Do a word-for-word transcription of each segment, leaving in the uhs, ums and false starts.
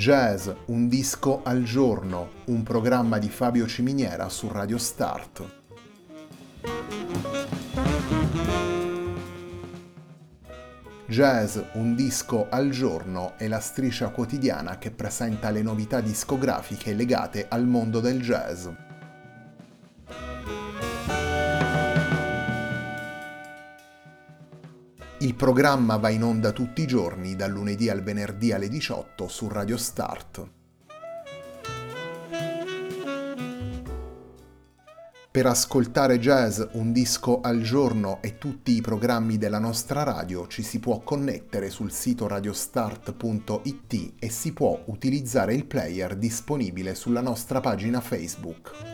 Jazz, un disco al giorno, un programma di Fabio Ciminiera su Radio Start. Jazz, un disco al giorno è la striscia quotidiana che presenta le novità discografiche legate al mondo del jazz. Il programma va in onda tutti i giorni, dal lunedì al venerdì alle diciotto su Radio Start. Per ascoltare Jazz, un disco al giorno e tutti i programmi della nostra radio ci si può connettere sul sito radiostart punto it e si può utilizzare il player disponibile sulla nostra pagina Facebook.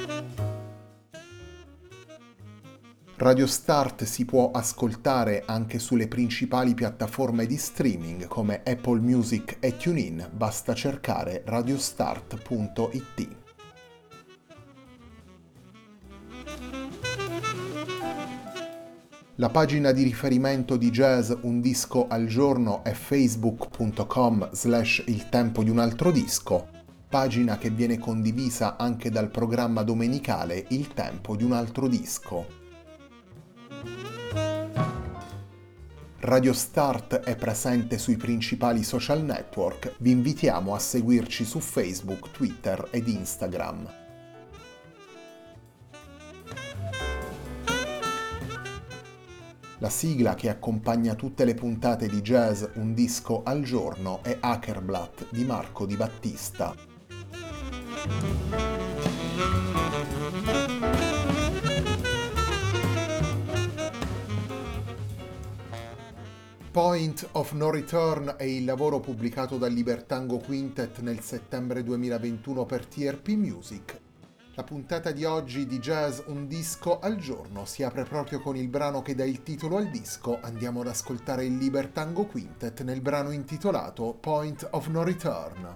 Radio Start si può ascoltare anche sulle principali piattaforme di streaming come Apple Music e TuneIn, basta cercare radiostart punto it. La pagina di riferimento di Jazz Un Disco al Giorno è facebook punto com slash il tempo di un altro disco, pagina che viene condivisa anche dal programma domenicale Il tempo di un altro disco. Radio Start è presente sui principali social network, vi invitiamo a seguirci su Facebook, Twitter ed Instagram. La sigla che accompagna tutte le puntate di Jazz Un Disco al Giorno è Hackerblatt di Marco Di Battista. Point of No Return è il lavoro pubblicato dal Libertango Quintet nel settembre duemilaventuno per T R P Music. La puntata di oggi di Jazz Un Disco al Giorno si apre proprio con il brano che dà il titolo al disco. Andiamo ad ascoltare il Libertango Quintet nel brano intitolato Point of No Return.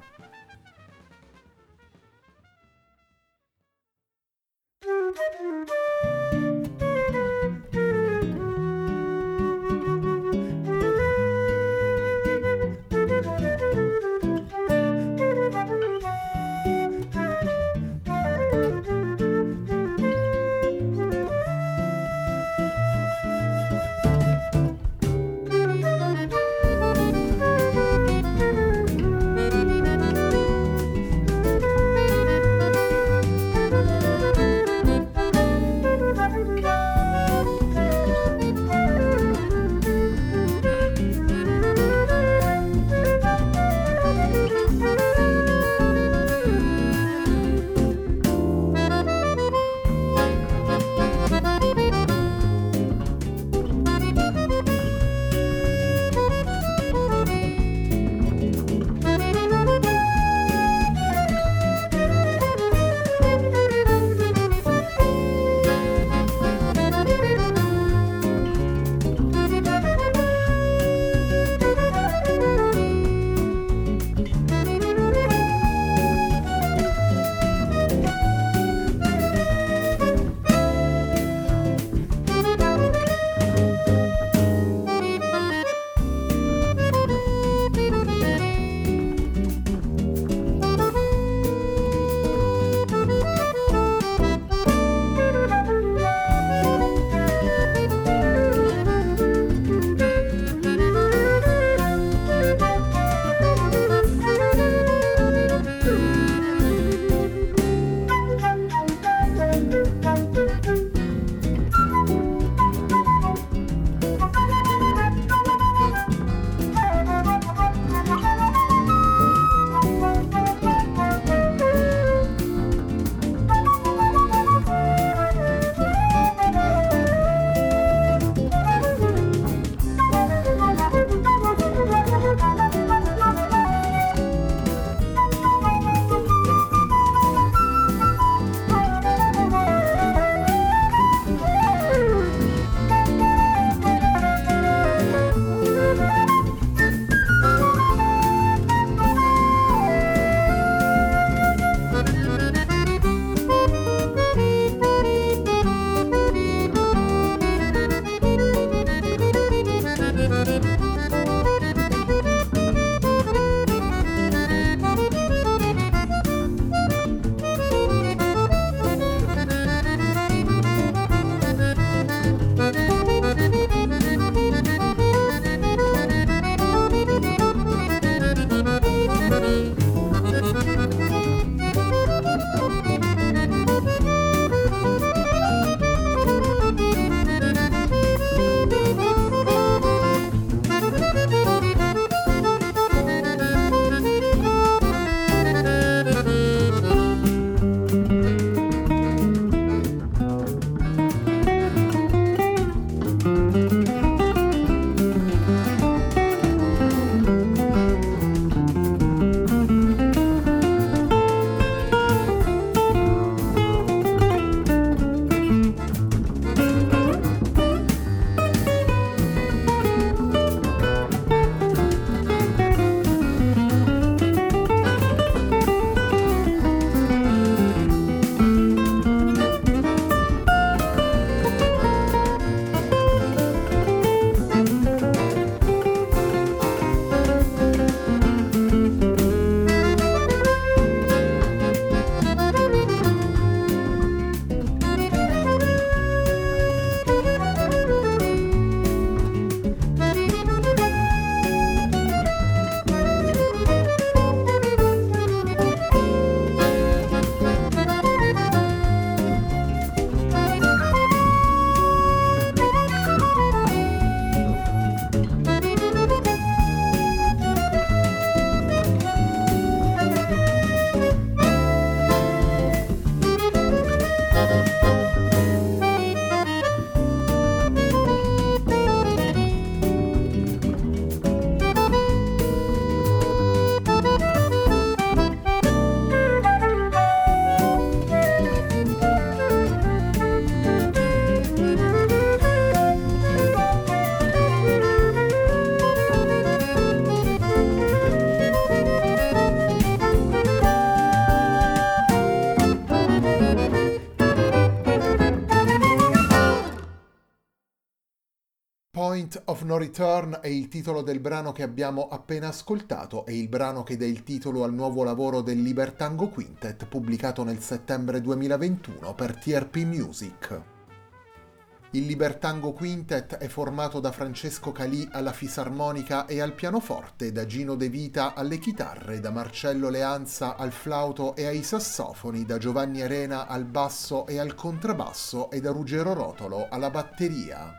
Point of No Return è il titolo del brano che abbiamo appena ascoltato, è il brano che dà il titolo al nuovo lavoro del Libertango Quintet pubblicato nel settembre duemilaventuno per T R P Music. Il Libertango Quintet è formato da Francesco Calì alla fisarmonica e al pianoforte, da Gino De Vita alle chitarre, da Marcello Leanza al flauto e ai sassofoni, da Giovanni Arena al basso e al contrabbasso e da Ruggero Rotolo alla batteria.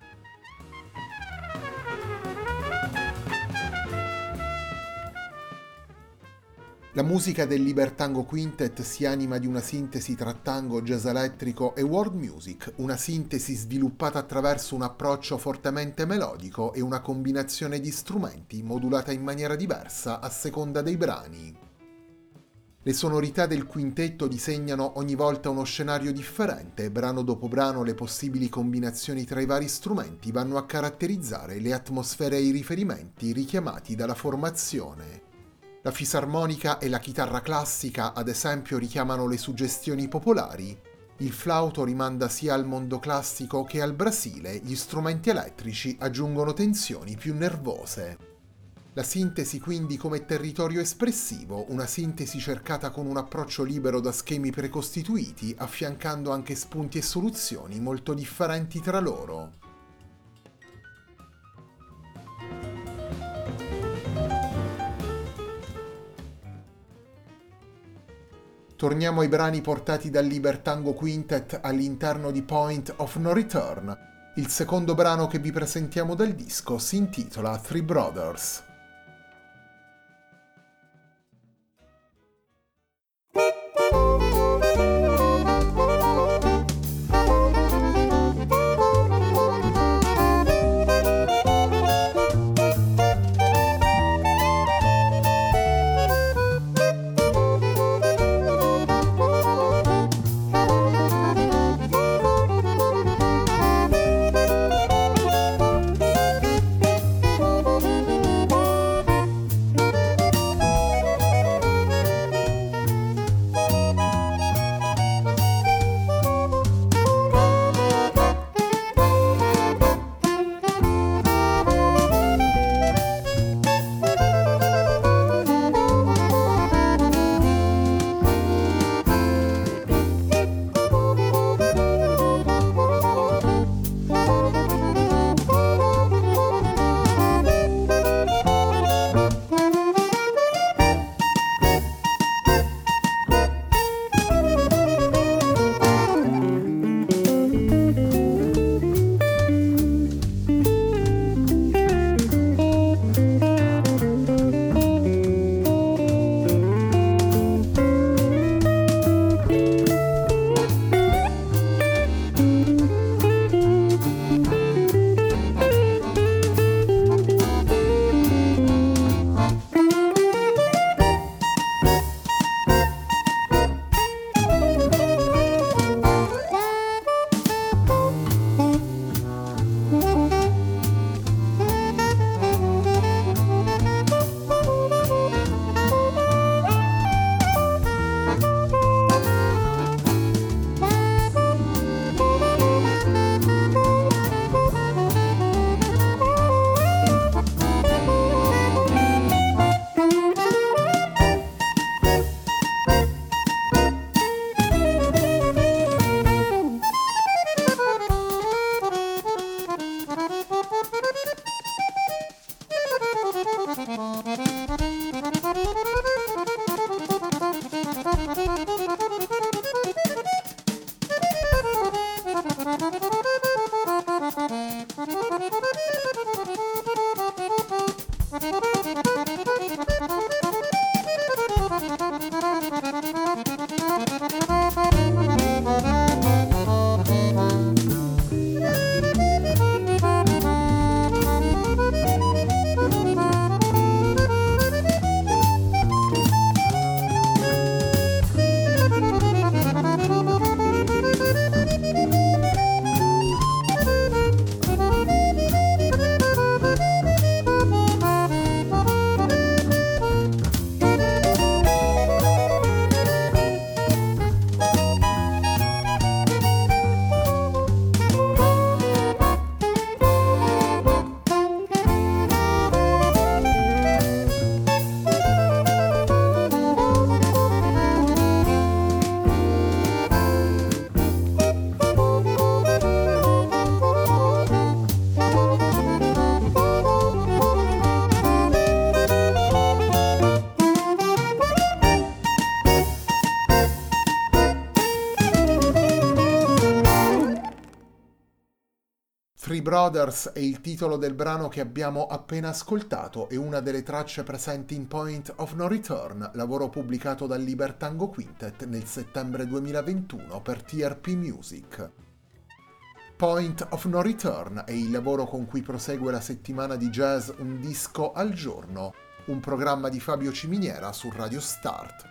La musica del Libertango Quintet si anima di una sintesi tra tango, jazz elettrico e world music, una sintesi sviluppata attraverso un approccio fortemente melodico e una combinazione di strumenti modulata in maniera diversa a seconda dei brani. Le sonorità del quintetto disegnano ogni volta uno scenario differente, brano dopo brano le possibili combinazioni tra i vari strumenti vanno a caratterizzare le atmosfere e i riferimenti richiamati dalla formazione. La fisarmonica e la chitarra classica, ad esempio, richiamano le suggestioni popolari. Il flauto rimanda sia al mondo classico che al Brasile, gli strumenti elettrici aggiungono tensioni più nervose. La sintesi quindi come territorio espressivo, una sintesi cercata con un approccio libero da schemi precostituiti, affiancando anche spunti e soluzioni molto differenti tra loro. Torniamo ai brani portati dal Libertango Quintet all'interno di Point of No Return. Il secondo brano che vi presentiamo dal disco si intitola Three Brothers. Three Brothers è il titolo del brano che abbiamo appena ascoltato e una delle tracce presenti in Point of No Return, lavoro pubblicato dal Libertango Quintet nel settembre duemilaventuno per T R P Music. Point of No Return è il lavoro con cui prosegue la settimana di jazz Un disco al giorno, un programma di Fabio Ciminiera su Radio Start.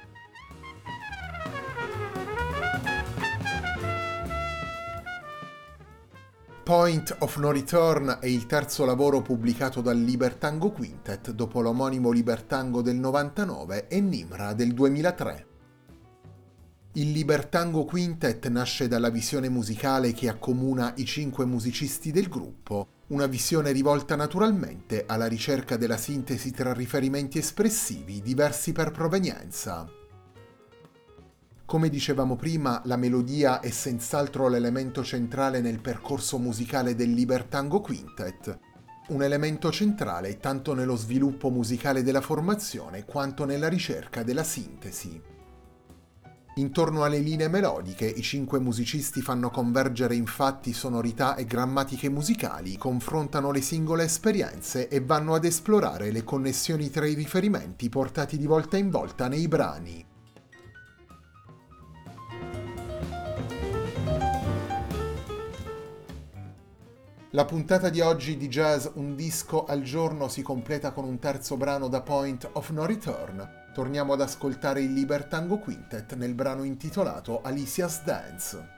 Point of No Return è il terzo lavoro pubblicato dal Libertango Quintet dopo l'omonimo Libertango del novantanove e Nimra del duemilatré. Il Libertango Quintet nasce dalla visione musicale che accomuna i cinque musicisti del gruppo, una visione rivolta naturalmente alla ricerca della sintesi tra riferimenti espressivi diversi per provenienza. Come dicevamo prima, la melodia è senz'altro l'elemento centrale nel percorso musicale del Libertango Quintet, un elemento centrale tanto nello sviluppo musicale della formazione quanto nella ricerca della sintesi. Intorno alle linee melodiche, i cinque musicisti fanno convergere infatti sonorità e grammatiche musicali, confrontano le singole esperienze e vanno ad esplorare le connessioni tra i riferimenti portati di volta in volta nei brani. La puntata di oggi di Jazz Un disco al giorno si completa con un terzo brano da Point of No Return. Torniamo ad ascoltare il Libertango Quintet nel brano intitolato Alicia's Dance.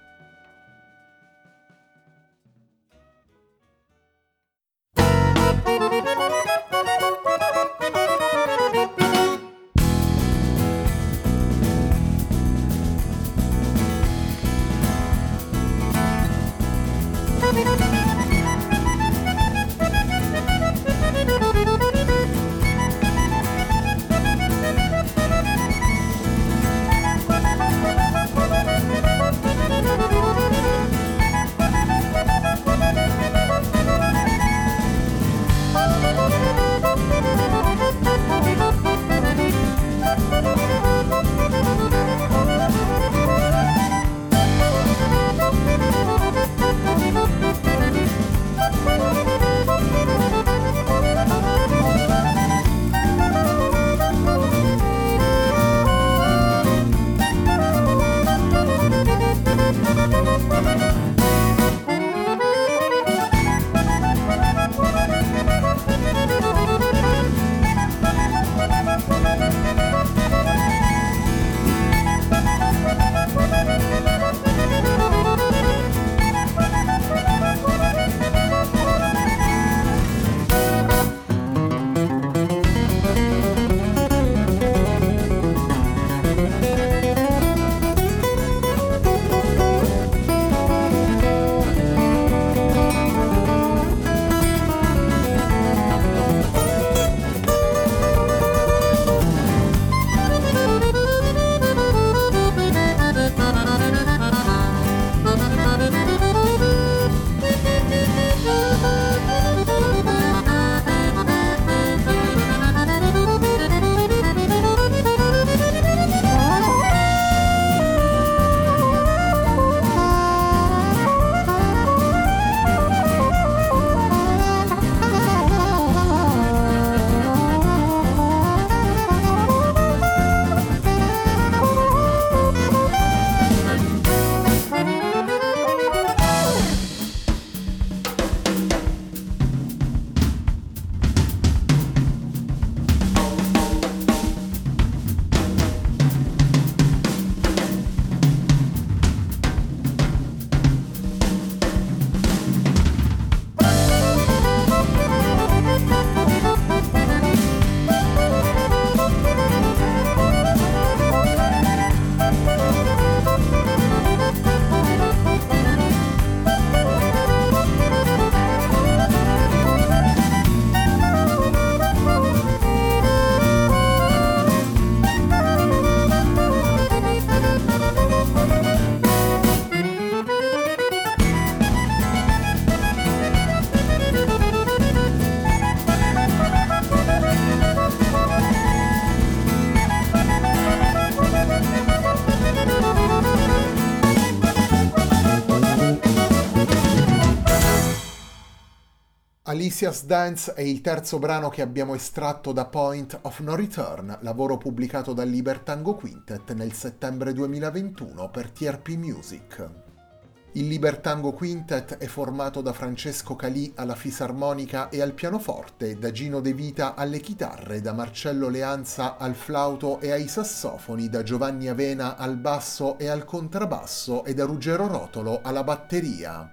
Alicia's Dance è il terzo brano che abbiamo estratto da Point of No Return, lavoro pubblicato dal Libertango Quintet nel settembre duemilaventuno per T R P Music. Il Libertango Quintet è formato da Francesco Calì alla fisarmonica e al pianoforte, da Gino De Vita alle chitarre, da Marcello Leanza al flauto e ai sassofoni, da Giovanni Avena al basso e al contrabbasso e da Ruggero Rotolo alla batteria.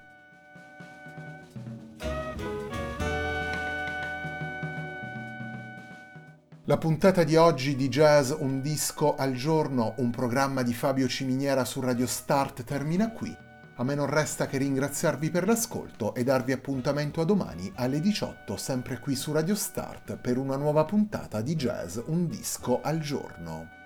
La puntata di oggi di Jazz Un Disco al Giorno, un programma di Fabio Ciminiera su Radio Start, termina qui. A me non resta che ringraziarvi per l'ascolto e darvi appuntamento a domani alle diciotto, sempre qui su Radio Start, per una nuova puntata di Jazz Un Disco al Giorno.